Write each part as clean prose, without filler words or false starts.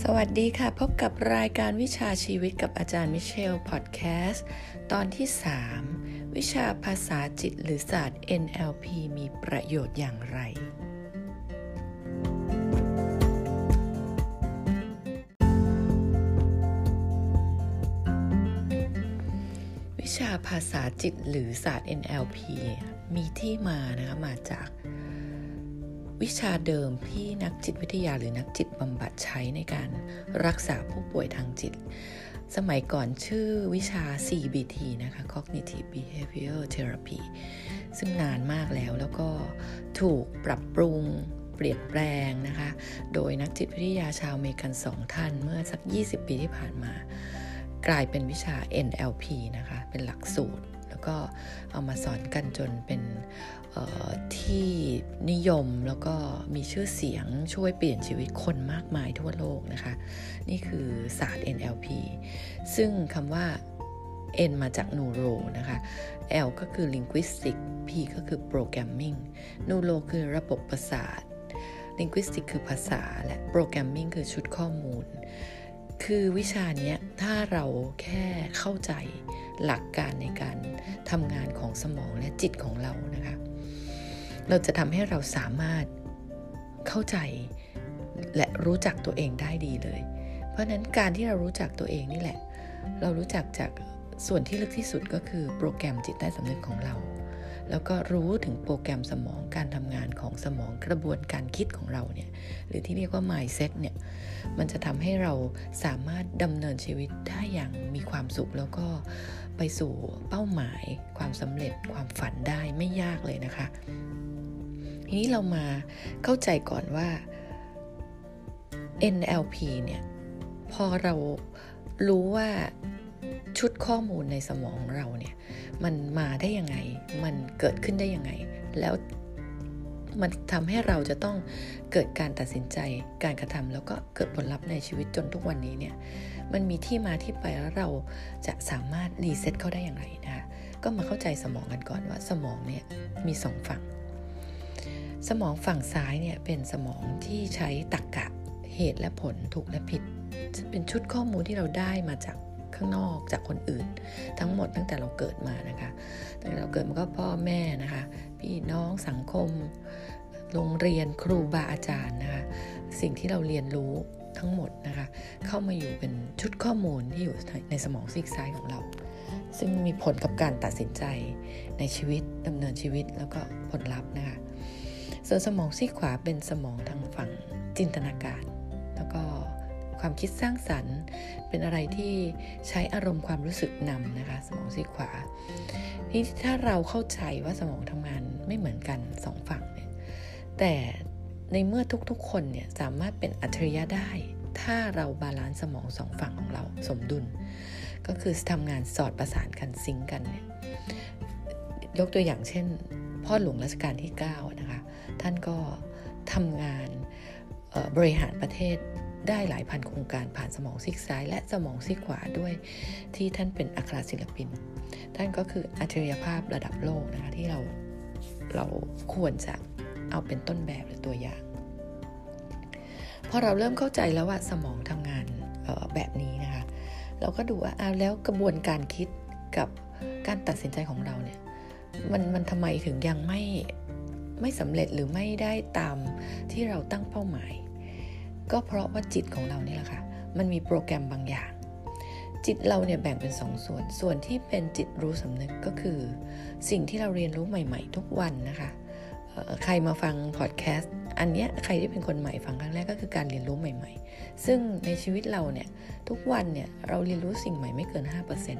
สวัสดีค่ะพบกับรายการวิชาชีวิตกับอาจารย์มิเชลพอดแคสต์ตอนที่3วิชาภาษาจิตหรือศาสตร์ NLP มีประโยชน์อย่างไรวิชาภาษาจิตหรือศาสตร์ NLP มีที่มานะคะมาจากวิชาเดิมที่นักจิตวิทยาหรือนักจิตบำบัดใช้ในการรักษาผู้ป่วยทางจิตสมัยก่อนชื่อวิชา CBT นะคะ Cognitive Behavioral Therapy ซึ่งนานมากแล้วก็ถูกปรับปรุงเปลี่ยนแปลงนะคะโดยนักจิตวิทยาชาวอเมริกัน2ท่านเมื่อสัก20ปีที่ผ่านมากลายเป็นวิชา NLP นะคะเป็นหลักสูตรแล้วก็เอามาสอนกันจนเป็นที่นิยมแล้วก็มีชื่อเสียงช่วยเปลี่ยนชีวิตคนมากมายทั่วโลกนะคะนี่คือศาสตร์ NLP ซึ่งคำว่า N มาจาก Neuro นะคะ L ก็คือ Linguistic P ก็คือ Programming Neuro คือระบบประสาท Linguistic คือภาษาและ Programming คือชุดข้อมูลคือวิชานี้ถ้าเราแค่เข้าใจหลักการในการทำงานของสมองและจิตของเรานะคะเราจะทำให้เราสามารถเข้าใจและรู้จักตัวเองได้ดีเลยเพราะนั้นการที่เรารู้จักตัวเองนี่แหละเรารู้จักจากส่วนที่ลึกที่สุดก็คือโปรแกรมจิตใต้สำนึกของเราแล้วก็รู้ถึงโปรแกรมสมองการทำงานของสมองกระบวนการคิดของเราเนี่ยหรือที่เรียกว่า mindset เนี่ยมันจะทำให้เราสามารถดำเนินชีวิตได้อย่างมีความสุขแล้วก็ไปสู่เป้าหมายความสำเร็จความฝันได้ไม่ยากเลยนะคะทีนี้เรามาเข้าใจก่อนว่า NLP เนี่ยพอเรารู้ว่าชุดข้อมูลในสมองของเราเนี่ยมันมาได้ยังไงมันเกิดขึ้นได้ยังไงแล้วมันทำให้เราจะต้องเกิดการตัดสินใจการกระทำแล้วก็เกิดผลลัพธ์ในชีวิตจนทุกวันนี้เนี่ยมันมีที่มาที่ไปแล้วเราจะสามารถรีเซ็ตเขาได้อย่างไรนะคะก็มาเข้าใจสมองกันก่อนว่าสมองเนี่ยมี2ฝั่งสมองฝั่งซ้ายเนี่ยเป็นสมองที่ใช้ตรรกะเหตุและผลถูกและผิดเป็นชุดข้อมูลที่เราได้มาจากข้างนอกจากคนอื่นทั้งหมดตั้งแต่เราเกิดมานะคะตั้งแต่เราเกิดมันก็พ่อแม่นะคะพี่น้องสังคมโรงเรียนครูบาอาจารย์นะคะสิ่งที่เราเรียนรู้ทั้งหมดนะคะเข้ามาอยู่เป็นชุดข้อมูลที่อยู่ในสมองซีกซ้ายของเราซึ่งมีผลกับการตัดสินใจในชีวิตดำเนินชีวิตแล้วก็ผลลัพธ์นะคะส่วนสมองซีกขวาเป็นสมองทางฝั่งจินตนาการแล้วก็ความคิดสร้างสรรค์เป็นอะไรที่ใช้อารมณ์ความรู้สึกนำนะคะสมองซีกขวาที่ถ้าเราเข้าใจว่าสมองทำงานไม่เหมือนกัน2ฝั่งเนี่ยแต่ในเมื่อทุกๆคนเนี่ยสามารถเป็นอัจฉริยะได้ถ้าเราบาลานซ์สมอง2ฝั่งของเราสมดุลก็คือทำงานสอดประสานกันซิงค์กันเนี่ยยกตัวอย่างเช่นพ่อหลวงรัชกาลที่9นะคะท่านก็ทำงานบริหารประเทศได้หลายพันโครงการผ่านสมองซีกซ้ายและสมองซีกขวาด้วยที่ท่านเป็นอัครศิลปินท่านก็คืออัจฉริยภาพระดับโลกนะคะที่เราควรจะเอาเป็นต้นแบบหรือตัวอย่างพอเราเริ่มเข้าใจแล้วว่าสมองทำงานแบบนี้นะคะเราก็ดูว่าแล้วกระบวนการคิดกับการตัดสินใจของเราเนี่ยมันทำไมถึงยังไม่สำเร็จหรือไม่ได้ตามที่เราตั้งเป้าหมายก็เพราะว่าจิตของเรานี่แหละค่ะมันมีโปรแกรมบางอย่างจิตเราเนี่ยแบ่งเป็น2ส่วนที่เป็นจิตรู้สำนึกก็คือสิ่งที่เราเรียนรู้ใหม่ๆทุกวันนะคะใครมาฟังพอดแคสต์อันเนี้ยใครที่เป็นคนใหม่ฟังครั้งแรกก็คือการเรียนรู้ใหม่ๆซึ่งในชีวิตเราเนี่ยทุกวันเนี่ยเราเรียนรู้สิ่งใหม่ไม่เกิน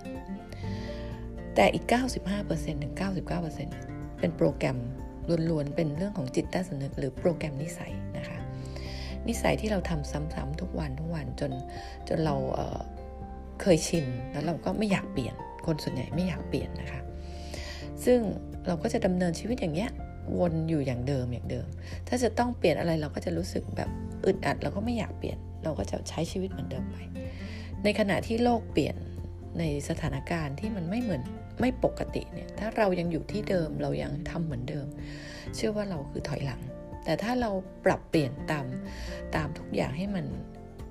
5% แต่อีก 95% ถึง 99% เป็นโปรแกรมล้วนๆเป็นเรื่องของจิตใต้สำนึกหรือโปรแกรมนิสัยนะคะนิสัยที่เราทำซ้ำๆทุกวันจนเราเคยชินแล้วเราก็ไม่อยากเปลี่ยนคนส่วนใหญ่ไม่อยากเปลี่ยนนะคะซึ่งเราก็จะดำเนินชีวิตอย่างเงี้ยวนอยู่อย่างเดิมถ้าจะต้องเปลี่ยนอะไรเราก็จะรู้สึกแบบอึดอัดเราก็ไม่อยากเปลี่ยนเราก็จะใช้ชีวิตเหมือนเดิมไปในขณะที่โลกเปลี่ยนในสถานการณ์ที่มันไม่ปกติเนี่ยถ้าเรายังอยู่ที่เดิมเรายังทำเหมือนเดิมเชื่อว่าเราคือถอยหลังแต่ถ้าเราปรับเปลี่ยนตามทุกอย่างให้มัน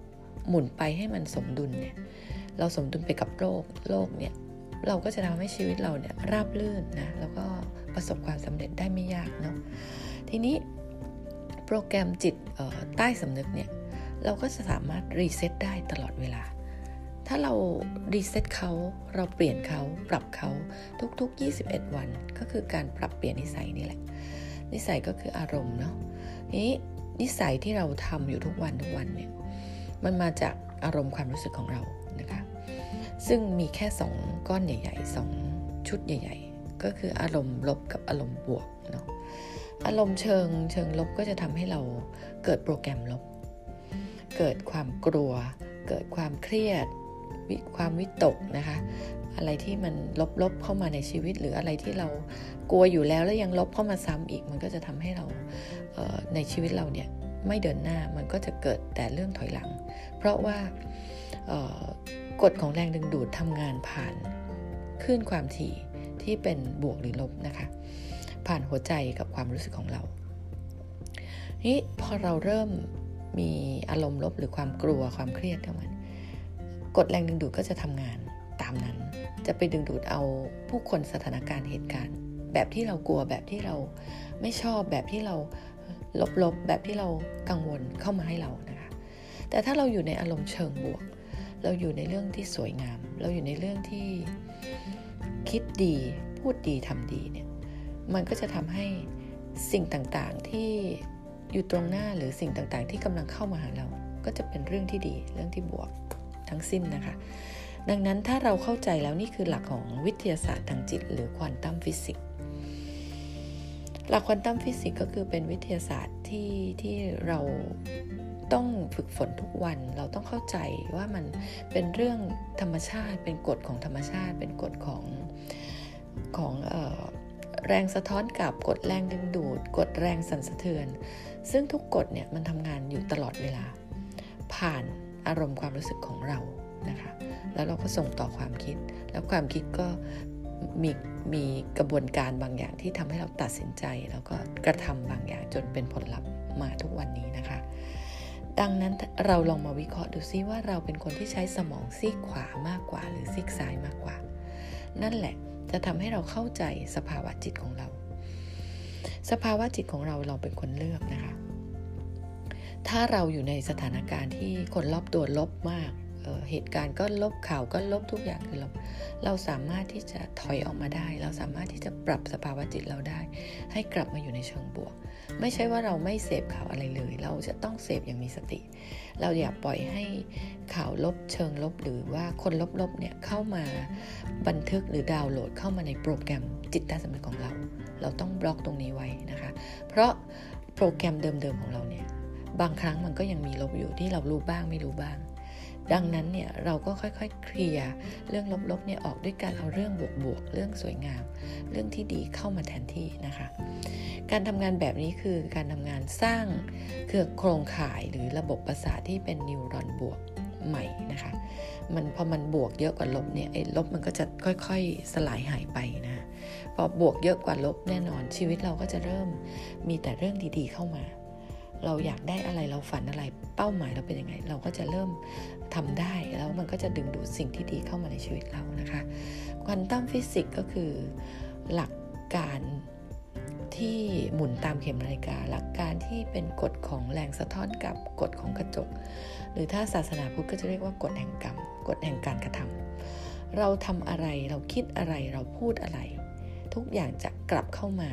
หมุนไปให้มันสมดุลเนี่ยเราสมดุลไปกับโลกเนี่ยเราก็จะทำให้ชีวิตเราเนี่ยราบรื่นนะแล้วก็ประสบความสำเร็จได้ไม่ยากเนาะทีนี้โปรแกรมจิตใต้สำนึกเนี่ยเราก็จะสามารถรีเซ็ตได้ตลอดเวลาถ้าเรารีเซ็ตเขาเราเปลี่ยนเขาปรับเขาทุกๆ21วันก็คือการปรับเปลี่ยนนิสัยนี่แหละนิสัยก็คืออารมณ์เนาะนี้นิสัยที่เราทำอยู่ทุกวันเนี่ยมันมาจากอารมณ์ความรู้สึกของเรานะคะซึ่งมีแค่2ก้อนใหญ่ๆ2ชุดใหญ่ๆก็คืออารมณ์ลบกับอารมณ์บวกเนาะอารมณ์เชิงลบก็จะทำให้เราเกิดโปรแกรมลบเกิดความกลัวเกิดความเครียดความวิตกนะคะอะไรที่มันลบเข้ามาในชีวิตหรืออะไรที่เรากลัวอยู่แล้วยังลบเข้ามาซ้ำอีกมันก็จะทำให้เราในชีวิตเราเนี่ยไม่เดินหน้ามันก็จะเกิดแต่เรื่องถอยหลังเพราะว่ากฎของแรงดึงดูดทำงานผ่านคลื่นความถี่ที่เป็นบวกหรือลบนะคะผ่านหัวใจกับความรู้สึกของเรานี่พอเราเริ่มมีอารมณ์ลบหรือความกลัวความเครียดเข้ามากฎแรงดึงดูดก็จะทำงานตามนั้นจะไปดึงดูดเอาผู้คนสถานการณ์เหตุการณ์แบบที่เรากลัวแบบที่เราไม่ชอบแบบที่เราลบแบบที่เรากังวลเข้ามาให้เรานะคะแต่ถ้าเราอยู่ในอารมณ์เชิงบวกเราอยู่ในเรื่องที่สวยงามเราอยู่ในเรื่องที่คิดดีพูดดีทำดีเนี่ยมันก็จะทำให้สิ่งต่างๆที่อยู่ตรงหน้าหรือสิ่งต่างๆที่กำลังเข้ามาหาเราก็จะเป็นเรื่องที่ดีเรื่องที่บวกทั้งสิ้นนะคะดังนั้นถ้าเราเข้าใจแล้วนี่คือหลักของวิทยาศาสตร์ทางจิตหรือควอนตัมฟิสิกส์หลักควอนตัมฟิสิกส์ก็คือเป็นวิทยาศาสตร์ที่เราต้องฝึกฝนทุกวันเราต้องเข้าใจว่ามันเป็นเรื่องธรรมชาติเป็นกฎของธรรมชาติเป็นกฎของแรงสะท้อนกับกฎแรงดึงดูดกฎแรงสั่นสะเทือนซึ่งทุกกฎเนี่ยมันทำงานอยู่ตลอดเวลาผ่านอารมณ์ความรู้สึกของเรานะคะแล้วเราก็ส่งต่อความคิดแล้วความคิดก็มีกระบวนการบางอย่างที่ทำให้เราตัดสินใจแล้วก็กระทำบางอย่างจนเป็นผลลัพธ์มาทุกวันนี้นะคะดังนั้นเราลองมาวิเคราะห์ดูซิว่าเราเป็นคนที่ใช้สมองซีกขวามากกว่าหรือซีกซ้ายมากกว่านั่นแหละจะทำให้เราเข้าใจสภาวะจิตของเราสภาวะจิตของเราเป็นคนเลือกนะคะถ้าเราอยู่ในสถานการณ์ที่คนรอบตัวลบมากเหตุการณ์ก็ลบข่าวก็ลบทุกอย่างคือเราสามารถที่จะถอยออกมาได้เราสามารถที่จะปรับสภาวะจิตเราได้ให้กลับมาอยู่ในเชิงบวกไม่ใช่ว่าเราไม่เสพข่าวอะไรเลยเราจะต้องเสพอย่างมีสติเราอย่าปล่อยให้ข่าวลบเชิงลบหรือว่าคนลบเนี่ยเข้ามาบันทึกหรือดาวน์โหลดเข้ามาในโปรแกรมจิตใต้สำนึกของเราต้องบล็อกตรงนี้ไว้นะคะเพราะโปรแกรมเดิมๆของเราเนี่ยบางครั้งมันก็ยังมีลบอยู่ที่เรารู้บ้างไม่รู้บ้างดังนั้นเนี่ยเราก็ค่อยๆเคลียร์เรื่องลบๆเนี่ยออกด้วยการเอาเรื่องบวกๆเรื่องสวยงามเรื่องที่ดีเข้ามาแทนที่นะคะการทำงานแบบนี้คือการทำงานสร้างโครงข่ายหรือระบบประสาทที่เป็นนิวรอนบวกใหม่นะคะพอมันบวกเยอะกว่าลบเนี่ยไอ้ลบมันก็จะค่อยๆสลายหายไปนะพอบวกเยอะกว่าลบแน่นอนชีวิตเราก็จะเริ่มมีแต่เรื่องดีๆเข้ามาเราอยากได้อะไรเราฝันอะไรเป้าหมายเราเป็นยังไงเราก็จะเริ่มทำได้แล้วมันก็จะดึงดูดสิ่งที่ดีเข้ามาในชีวิตเรานะคะควอนตัมฟิสิกส์ก็คือหลักการที่หมุนตามเข็มนาฬิกาหลักการที่เป็นกฎของแรงสะท้อนกับกฎของกระจกหรือถ้าศาสนาพุทธก็จะเรียกว่ากฎแห่งกรรมกฎแห่งการกระทำเราทำอะไรเราคิดอะไรเราพูดอะไรทุกอย่างจะกลับเข้ามา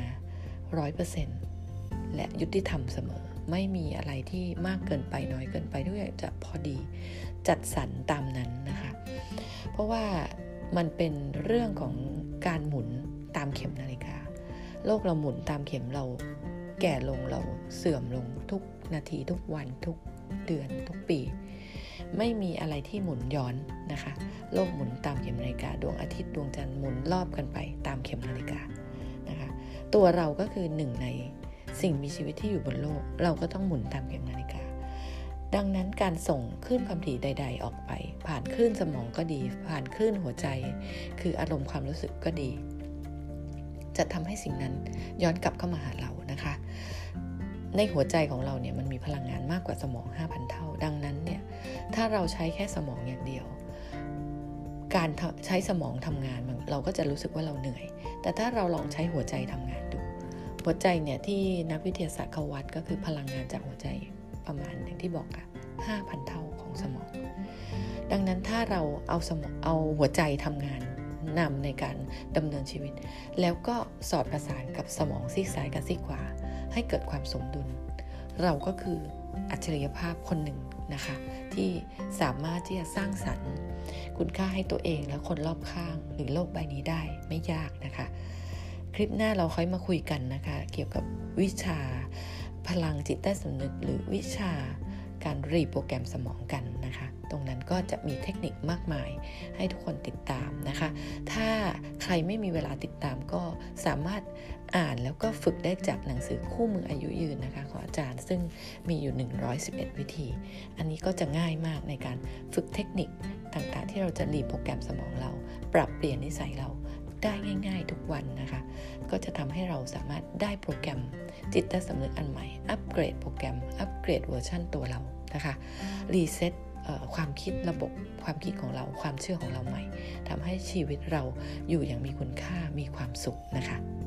100% และยุติธรรมเสมอไม่มีอะไรที่มากเกินไปน้อยเกินไปทุกอย่างจะพอดีจัดสรรตามนั้นนะคะเพราะว่ามันเป็นเรื่องของการหมุนตามเข็มนาฬิกาโลกเราหมุนตามเข็มเราแก่ลงเราเสื่อมลงทุกนาทีทุกวันทุกเดือนทุกปีไม่มีอะไรที่หมุนย้อนนะคะโลกหมุนตามเข็มนาฬิกาดวงอาทิตย์ดวงจันทร์หมุนรอบกันไปตามเข็มนาฬิกานะคะตัวเราก็คือหนึ่งในสิ่งมีชีวิตที่อยู่บนโลกเราก็ต้องหมุนตามเข็มนาฬิกาดังนั้นการส่งคลื่นความถี่ใดๆออกไปผ่านคลื่นสมองก็ดีผ่านคลื่นหัวใจคืออารมณ์ความรู้สึกก็ดีจะทำให้สิ่งนั้นย้อนกลับเข้ามาหาเรานะคะในหัวใจของเราเนี่ยมันมีพลังงานมากกว่าสมอง 5,000 เท่าดังนั้นเนี่ยถ้าเราใช้แค่สมองอย่างเดียวการใช้สมองทำงานเราก็จะรู้สึกว่าเราเหนื่อยแต่ถ้าเราลองใช้หัวใจทำงานดูหัวใจเนี่ยที่นักวิทยาศาสตร์เขาวัดก็คือพลังงานจากหัวใจประมาณอย่างที่บอก5,000 เท่าของสมองดังนั้นถ้าเราเอาหัวใจทำงานนำในการดำเนินชีวิตแล้วก็สอดประสานกับสมองซีกซ้ายกับซีกขวาให้เกิดความสมดุลเราก็คืออัจฉริยภาพคนหนึ่งนะคะที่สามารถที่จะสร้างสรรค์คุณค่าให้ตัวเองและคนรอบข้างหรือโลกใบนี้ได้ไม่ยากนะคะคลิปหน้าเราค่อยมาคุยกันนะคะเกี่ยวกับวิชาพลังจิตใต้สำนึกหรือวิชาการรีโปรแกรมสมองกันนะคะตรงนั้นก็จะมีเทคนิคมากมายให้ทุกคนติดตามนะคะถ้าใครไม่มีเวลาติดตามก็สามารถอ่านแล้วก็ฝึกได้จากหนังสือคู่มืออายุยืนนะคะของอาจารย์ซึ่งมีอยู่111วิธีอันนี้ก็จะง่ายมากในการฝึกเทคนิคต่างๆที่เราจะรีโปรแกรมสมองเราปรับเปลี่ยนนิสัยเราได้ง่ายๆทุกวันนะคะก็จะทำให้เราสามารถได้โปรแกรมจิตใต้สำนึกอันใหม่อัปเกรดโปรแกรมอัปเกรดเวอร์ชันตัวเรานะคะรีเซ็ตความคิดระบบความคิดของเราความเชื่อของเราใหม่ทำให้ชีวิตเราอยู่อย่างมีคุณค่ามีความสุขนะคะ